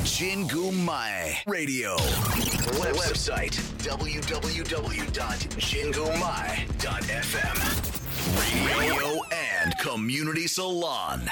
Jingu Mai Radio. Website www.jingumai.fm. Radio and Community Salon.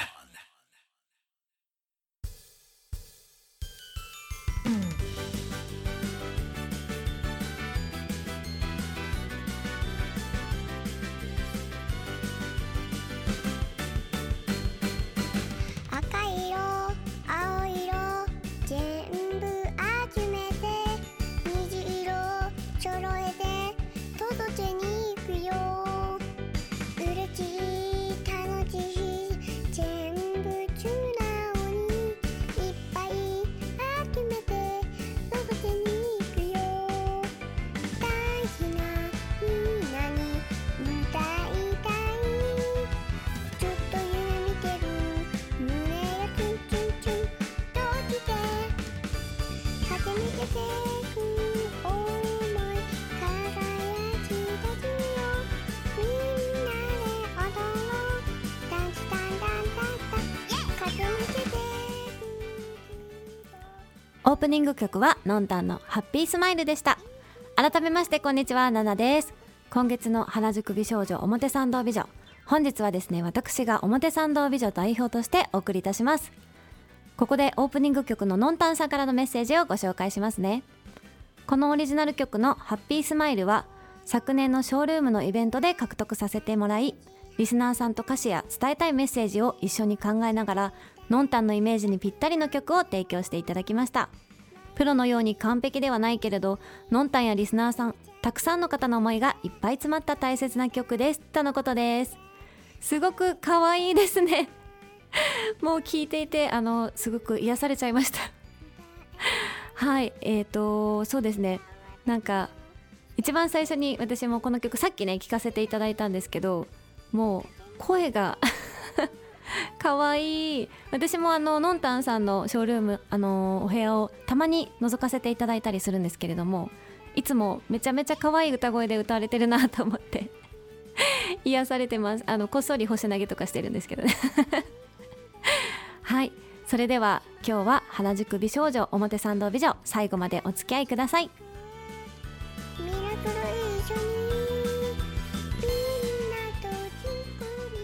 オープニング曲はのんたんのハッピースマイルでした。改めましてこんにちは、ナナです。今月の原宿美少女表参道美女、本日はですね、私が表参道美女代表としてお送りいたします。ここでオープニング曲ののんたんさんからのメッセージをご紹介しますね。このオリジナル曲のハッピースマイルは昨年のショールームのイベントで獲得させてもらい、リスナーさんと歌詞や伝えたいメッセージを一緒に考えながらのんたんのイメージにぴったりの曲を提供していただきました。プロのように完璧ではないけれど、のんたんやリスナーさんたくさんの方の思いがいっぱい詰まった大切な曲ですとのことです。すごく可愛いですねもう聞いていてすごく癒されちゃいましたはい、そうですね、なんか一番最初に私もこの曲さっきね聴かせていただいたんですけど、もう声がかわいい。私ものんたんさんのショールームお部屋をたまに覗かせていただいたりするんですけれども、いつもめちゃめちゃ可愛い歌声で歌われてるなと思って癒されてます。こっそり星投げとかしてるんですけどねはい、それでは今日は原宿美少女表参道美女、最後までお付き合いください。 ミラクル一緒にみんなと作り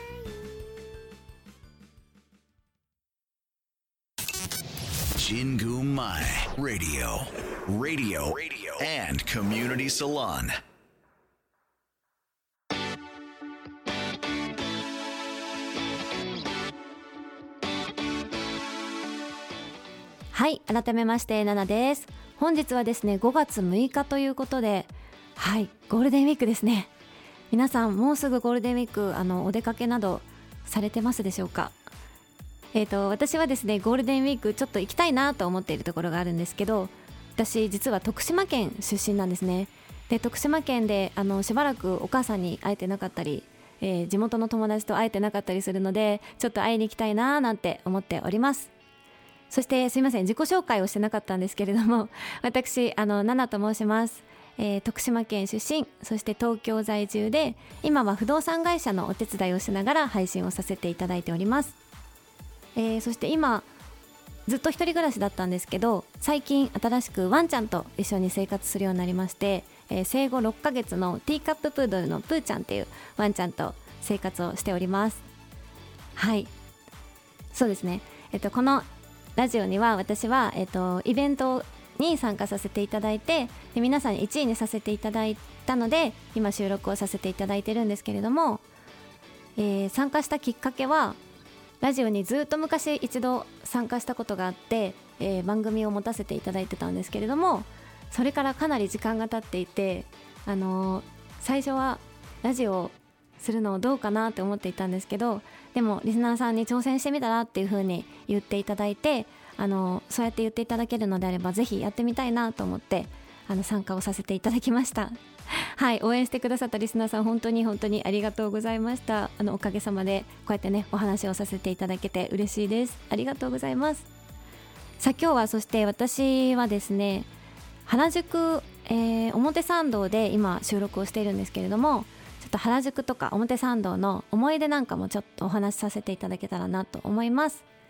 たい。 Jingu Mai Radio. Radio and Community Salon. はい、改めましてナナです。本日はですね5月6日ということで、はい、ゴールデンウィークですね。皆さんもうすぐゴールデンウィークお出かけなどされてますでしょうか。私はですねゴールデンウィークちょっと行きたいなと思っているところがあるんですけど、私実は徳島県出身なんですね。で徳島県でしばらくお母さんに会えてなかったり、地元の友達と会えてなかったりするので、ちょっと会いに行きたいななんて思っております。そしてすいません、自己紹介をしてなかったんですけれども、私ナナと申します。徳島県出身、そして東京在住で、今は不動産会社のお手伝いをしながら配信をさせていただいております。そして今ずっと一人暮らしだったんですけど、最近新しくワンちゃんと一緒に生活するようになりまして、生後6ヶ月のティーカッププードルのプーちゃんっていうワンちゃんと生活をしております。はい、そうですね、このラジオには私は、イベントに参加させていただいて、で皆さんに1位にさせていただいたので今収録をさせていただいてるんですけれども、参加したきっかけはラジオにずっと昔一度参加したことがあって、番組を持たせていただいてたんですけれども、それからかなり時間が経っていて、最初はラジオするのをどうかなって思っていたんですけど、でもリスナーさんに挑戦してみたらっていう風に言っていただいて、そうやって言っていただけるのであればぜひやってみたいなと思って参加をさせていただきましたはい、応援してくださったリスナーさん本当に本当にありがとうございました。おかげさまでこうやってねお話をさせていただけて嬉しいです。ありがとうございます。さあ今日はそして私はですね原宿、表参道で今収録をしているんですけれども、ちょっと原宿とか表参道の思い出なんかもちょっとお話しさせていただけたらなと思います。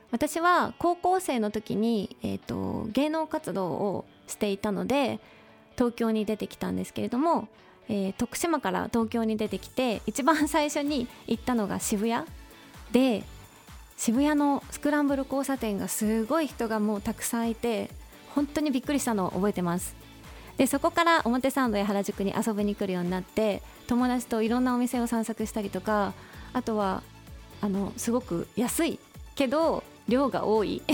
私は高校生の時に、芸能活動をしていたので東京に出てきたんですけれども、徳島から東京に出てきて一番最初に行ったのが渋谷で、渋谷のスクランブル交差点がすごい人がもうたくさんいて本当にびっくりしたのを覚えてます。でそこから表参道や原宿に遊びに来るようになって、友達といろんなお店を散策したりとか、あとはすごく安いけど量が多い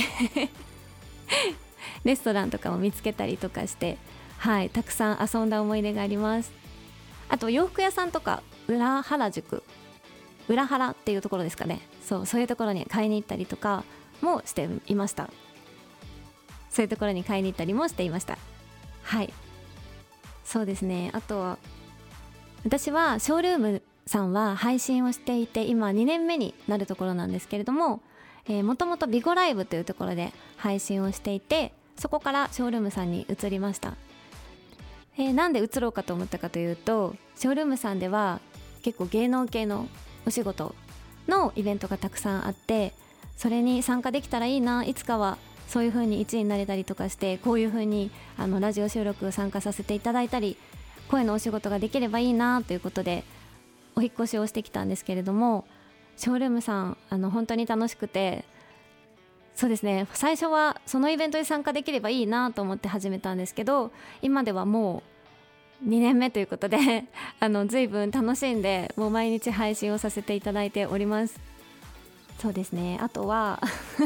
レストランとかも見つけたりとかして、はい、たくさん遊んだ思い出があります。あと洋服屋さんとか裏原っていうところですかね、そういうところに買いに行ったりとかもしていました。そういうところに買いに行ったりもしていました。はい、そうですね。あとは私はショールームさんは配信をしていて今2年目になるところなんですけれども、もともとビゴライブというところで配信をしていて、そこからショールームさんに移りました。なんで移ろうかと思ったかというと、ショールームさんでは結構芸能系のお仕事のイベントがたくさんあって、それに参加できたらいいな、いつかはそういう風に1位になれたりとかして、こういう風にラジオ収録参加させていただいたり声のお仕事ができればいいなということでお引越しをしてきたんですけれども、ショールームさん本当に楽しくて、そうですね、最初はそのイベントに参加できればいいなと思って始めたんですけど、今ではもう2年目ということで随分楽しんでもう毎日配信をさせていただいております。そうですね。あとは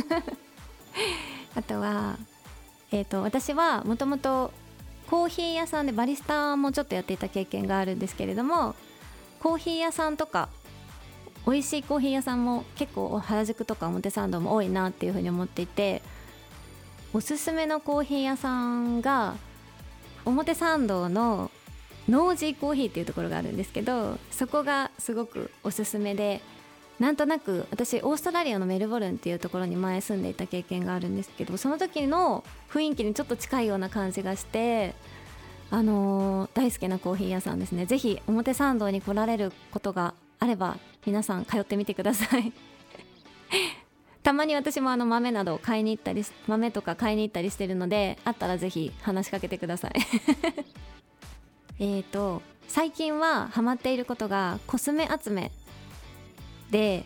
私はもともとコーヒー屋さんでバリスタもちょっとやっていた経験があるんですけれども、コーヒー屋さんとか美味しいコーヒー屋さんも結構原宿とか表参道も多いなっていうふうに思っていて、おすすめのコーヒー屋さんが表参道のノージーコーヒーっていうところがあるんですけど、そこがすごくおすすめで、なんとなく私オーストラリアのメルボルンっていうところに前住んでいた経験があるんですけど、その時の雰囲気にちょっと近いような感じがして、大好きなコーヒー屋さんですね。ぜひ表参道に来られることがあれば皆さん通ってみてくださいたまに私も豆など買いに行ったり、豆とか買いに行ったりしてるので、あったらぜひ話しかけてください最近はハマっていることがコスメ集めで、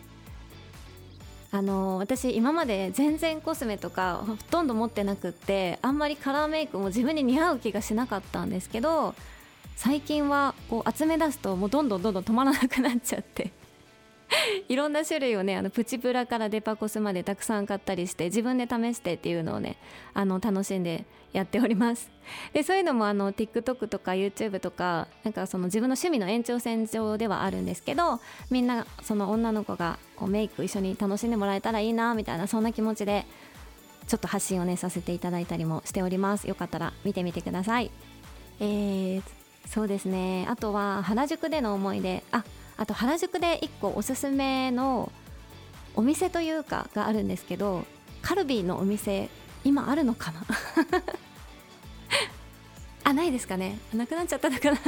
私今まで全然コスメとかほとんど持ってなくって、あんまりカラーメイクも自分に似合う気がしなかったんですけど、最近はこう集め出すともうどんどん止まらなくなっちゃっていろんな種類をね、プチプラからデパコスまでたくさん買ったりして、自分で試してっていうのをね楽しんでやっております。でそういうのもTikTok とか YouTube とか、なんかその自分の趣味の延長線上ではあるんですけど、みんなその女の子がこうメイク一緒に楽しんでもらえたらいいなみたいな、そんな気持ちでちょっと発信をねさせていただいたりもしております。よかったら見てみてください。そうですね。あとは原宿での思い出、あと原宿で1個おすすめのお店というかがあるんですけど、カルビーのお店今あるのかなないですかね。なくなっちゃったのかなち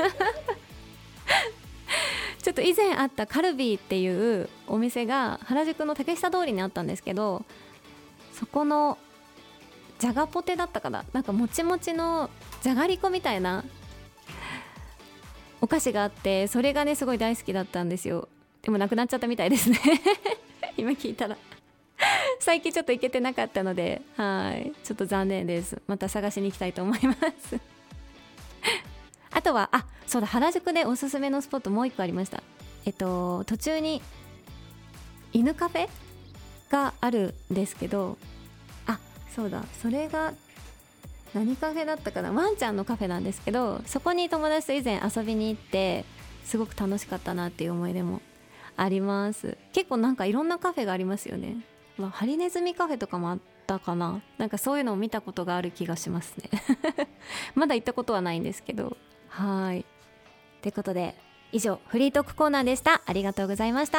ょっと以前あったカルビーっていうお店が原宿の竹下通りにあったんですけど、そこのじゃがポテだったかな、なんかもちもちのじゃがりこみたいなお菓子があって、それがねすごい大好きだったんですよ。でもなくなっちゃったみたいですね今聞いたら最近ちょっと行けてなかったので、はいちょっと残念です。また探しに行きたいと思いますあとはそうだ、原宿でおすすめのスポットもう一個ありました。途中に犬カフェがあるんですけど、そうだ、それが何カフェだったかな、ワンちゃんのカフェなんですけど、そこに友達と以前遊びに行ってすごく楽しかったなっていう思い出もあります。結構なんかいろんなカフェがありますよね。ハリネズミカフェとかもあったかな、なんかそういうのを見たことがある気がしますねまだ行ったことはないんですけど、はいということで以上フリートークコーナーでした。ありがとうございました。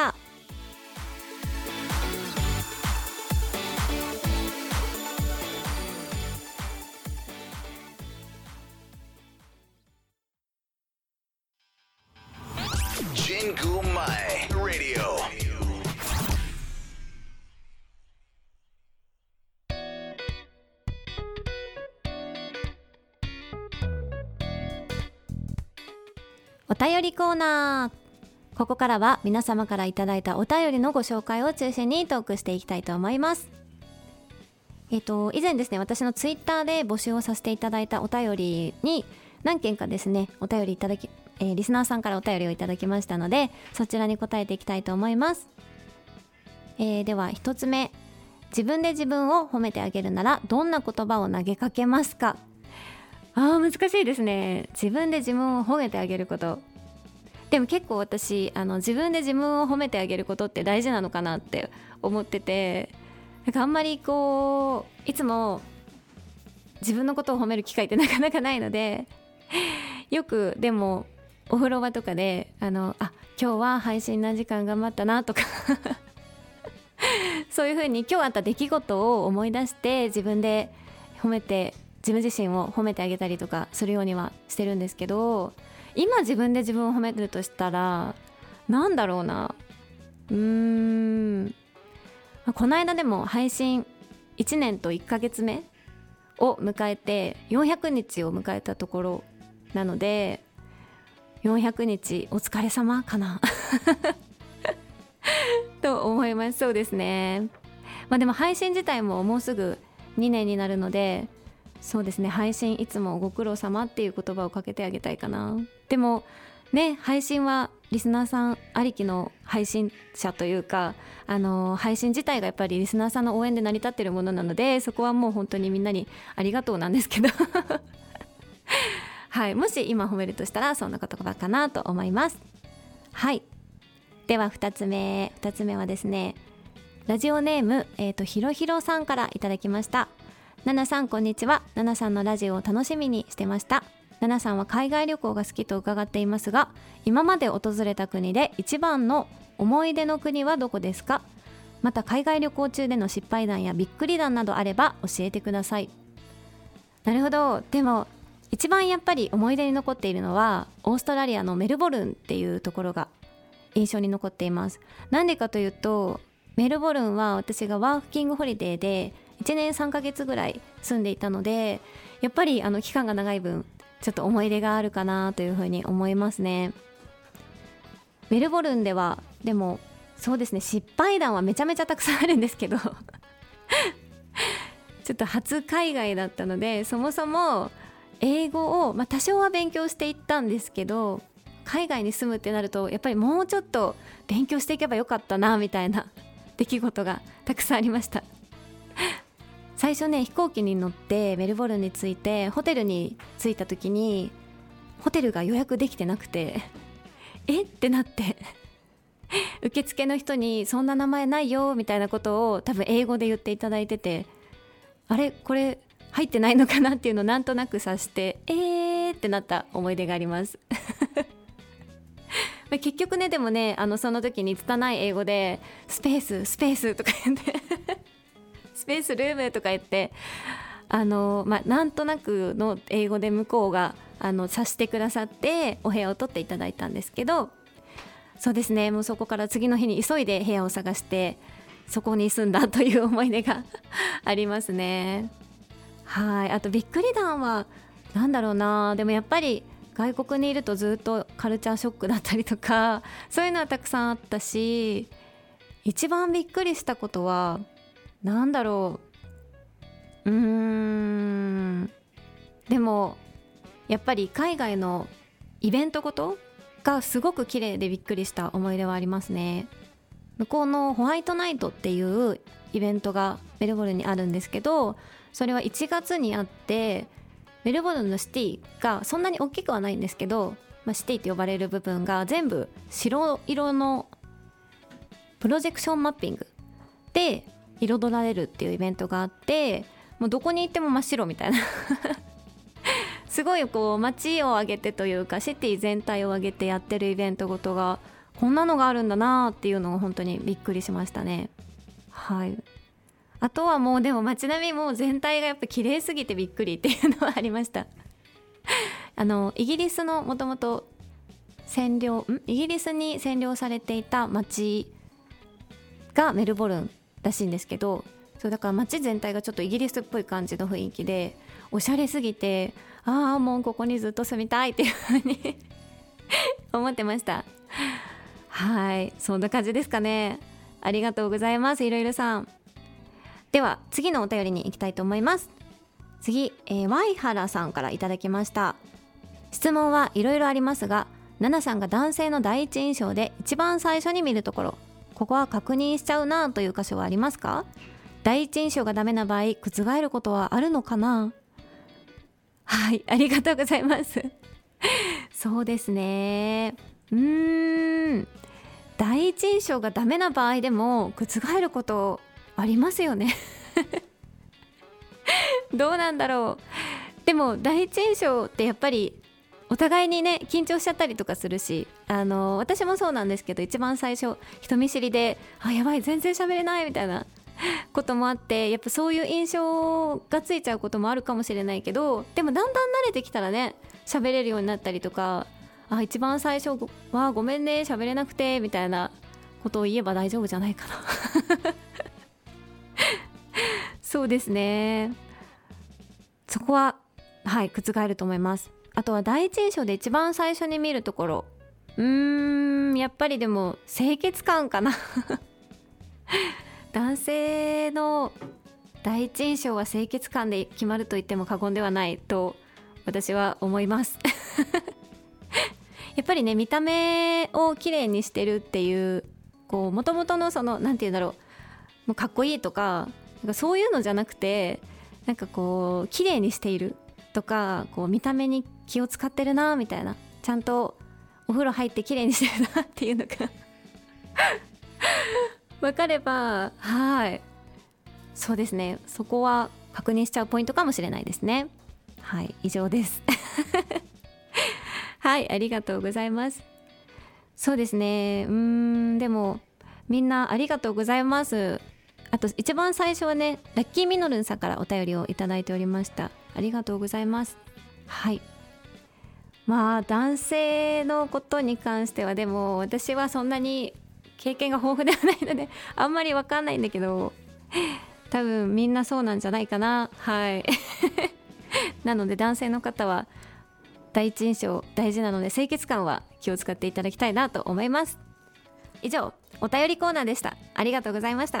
Jingu Mai Radio. お便りコーナー。ここからは皆様からいただいたお便りのご紹介を中心にトークしていきたいと思います。以前ですね、私のツイッターで募集をさせていただいたお便りに何件かですね、お便りいただき、リスナーさんからお便りをいただきましたので、そちらに答えていきたいと思います。では一つ目、自分で自分を褒めてあげるならどんな言葉を投げかけますか？難しいですね。自分で自分を褒めてあげること。でも結構私自分で自分を褒めてあげることって大事なのかなって思ってて、なんかあんまりこういつも自分のことを褒める機会ってなかなかないので、よくでもお風呂場とかで今日は配信何時間頑張ったなとかそういう風に今日あった出来事を思い出して自分で褒めて、自分自身を褒めてあげたりとかするようにはしてるんですけど、今自分で自分を褒めてるとしたらなんだろうな、この間でも配信1年と1ヶ月目を迎えて400日を迎えたところなので、400日お疲れ様かなと思います。そうですね。でも配信自体ももうすぐ2年になるので、そうですね、配信いつもご苦労様っていう言葉をかけてあげたいかな。でもね、配信はリスナーさんありきの配信者というか、配信自体がやっぱりリスナーさんの応援で成り立っているものなので、そこはもう本当にみんなにありがとうなんですけどはい、もし今褒めるとしたらそんな言葉かなと思います。はい、では2つ目はですね、ラジオネーム、ひろひろさんからいただきました。ナナさんこんにちは。ナナさんのラジオを楽しみにしてました。ナナさんは海外旅行が好きと伺っていますが、今まで訪れた国で一番の思い出の国はどこですか？また海外旅行中での失敗談やびっくり談などあれば教えてください。なるほど。でも一番やっぱり思い出に残っているのはオーストラリアのメルボルンっていうところが印象に残っています。なんでかというと、メルボルンは私がワーキングホリデーで1年3ヶ月ぐらい住んでいたので、やっぱり期間が長い分ちょっと思い出があるかなというふうに思いますね。メルボルンではでもそうですね、失敗談はめちゃめちゃたくさんあるんですけどちょっと初海外だったので、そもそも英語を、多少は勉強していったんですけど、海外に住むってなるとやっぱりもうちょっと勉強していけばよかったなみたいな出来事がたくさんありました。最初ね、飛行機に乗ってメルボルンに着いてホテルに着いた時にホテルが予約できてなくてってなって受付の人にそんな名前ないよみたいなことを多分英語で言っていただいてて、あれこれ入ってないのかなっていうのをなんとなく察してってなった思い出があります結局ね、でもねその時に拙い英語でスペースとか言ってスペースルームとか言ってなんとなくの英語で向こうが察してくださってお部屋を取っていただいたんですけど、そうですね、もうそこから次の日に急いで部屋を探してそこに住んだという思い出がありますね。はい。あとびっくり談はなんだろうな、でもやっぱり外国にいるとずっとカルチャーショックだったりとか、そういうのはたくさんあったし、一番びっくりしたことはなんだろう、でもやっぱり海外のイベントごとがすごく綺麗でびっくりした思い出はありますね。向こうのホワイトナイトっていうイベントがメルボルンにあるんですけど、それは1月にあって、メルボルンのシティがそんなに大きくはないんですけど、シティと呼ばれる部分が全部白色のプロジェクションマッピングで彩られるっていうイベントがあって、もうどこに行っても真っ白みたいなすごいこう街を挙げてというかシティ全体を挙げてやってるイベントごとがこんなのがあるんだなっていうのが本当にびっくりしましたね。はい。あとはもうでも街並みも全体がやっぱ綺麗すぎてびっくりっていうのはありましたイギリスのもともとイギリスに占領されていた街がメルボルンらしいんですけど、そうだから街全体がちょっとイギリスっぽい感じの雰囲気でおしゃれすぎて、もうここにずっと住みたいっていう風に思ってました。はい、そんな感じですかね。ありがとうございます、いろいろさん。では次のお便りに行きたいと思います。次、ワイハラさんからいただきました。質問はいろいろありますが、ナナさんが男性の第一印象で一番最初に見るところ、ここは確認しちゃうなという箇所はありますか？第一印象がダメな場合、覆ることはあるのかな？はい、ありがとうございますそうですね、第一印象がダメな場合でも覆ることありますよねどうなんだろう。でも第一印象ってやっぱりお互いにね緊張しちゃったりとかするし、私もそうなんですけど、一番最初人見知りでやばい全然喋れないみたいなこともあって、やっぱそういう印象がついちゃうこともあるかもしれないけど、でもだんだん慣れてきたらね喋れるようになったりとか、一番最初はごめんね喋れなくてみたいなことを言えば大丈夫じゃないかなそうですね、そこははい覆ると思います。あとは第一印象で一番最初に見るところ、やっぱりでも清潔感かな男性の第一印象は清潔感で決まると言っても過言ではないと私は思いますやっぱりね見た目を綺麗にしてるっていうもともとのそのなんていうんだろう、もうかっこいいとかそういうのじゃなくて、なんか綺麗にしているとか見た目に気を使ってるなみたいな、ちゃんとお風呂入って綺麗にしてるなっていうのが分かれば、はいそうですね、そこは確認しちゃうポイントかもしれないですね。はい以上ですはいありがとうございます。そうですね、でもみんなありがとうございます。あと一番最初はねラッキーミノルンさんからお便りをいただいておりました。ありがとうございます。はい、男性のことに関してはでも私はそんなに経験が豊富ではないのであんまり分かんないんだけど、多分みんなそうなんじゃないかな。はいなので男性の方は第一印象大事なので清潔感は気を使っていただきたいなと思います。以上お便りコーナーでした。ありがとうございました。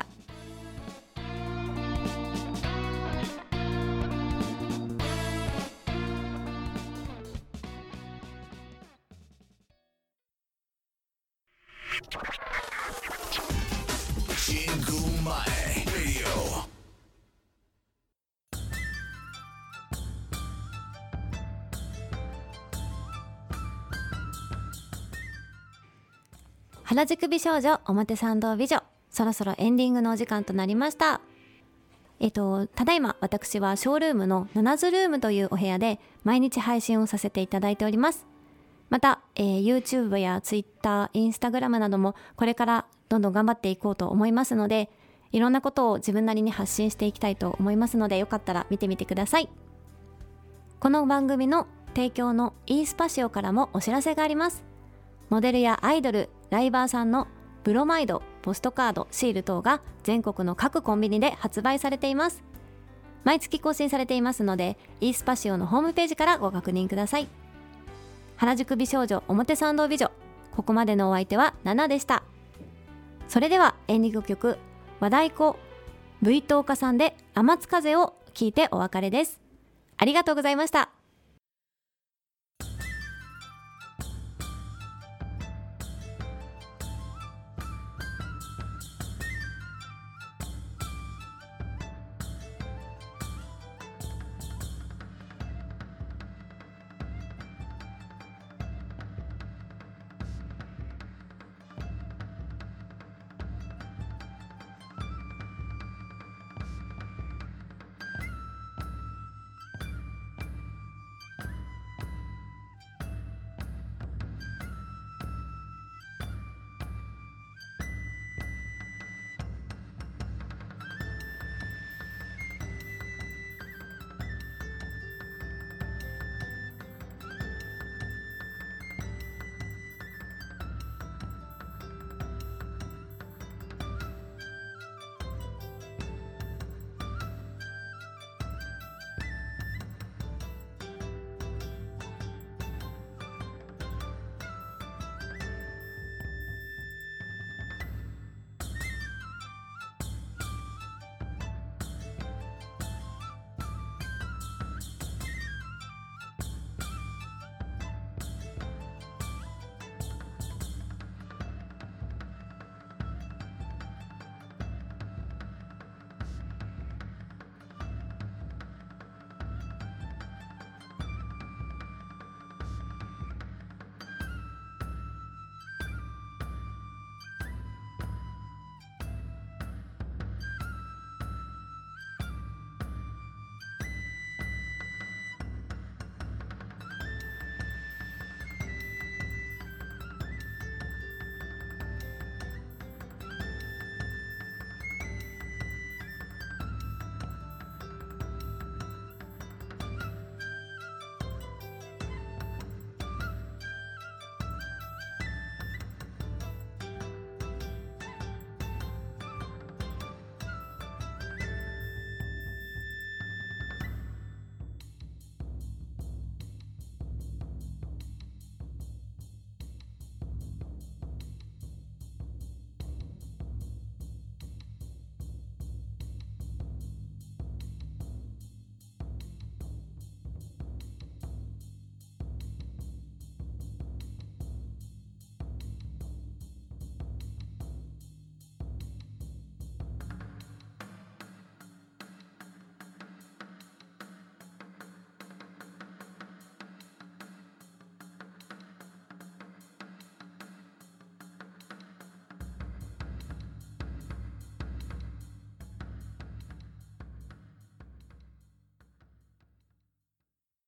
原宿美少女表参道美女、そろそろエンディングのお時間となりました。ただいま私はショールームのナナズルームというお部屋で毎日配信をさせていただいております。また、YouTube や Twitter、Instagram などもこれからどんどん頑張っていこうと思いますので、いろんなことを自分なりに発信していきたいと思いますので、よかったら見てみてください。この番組の提供の e スパシオからもお知らせがあります。モデルやアイドル、ライバーさんのブロマイド、ポストカード、シール等が全国の各コンビニで発売されています。毎月更新されていますので e スパシオのホームページからご確認ください。原宿美少女表参道美女、ここまでのお相手はナナでした。それではエンディング曲和太鼓 V 東花さんで天津風を聴いてお別れです。ありがとうございました。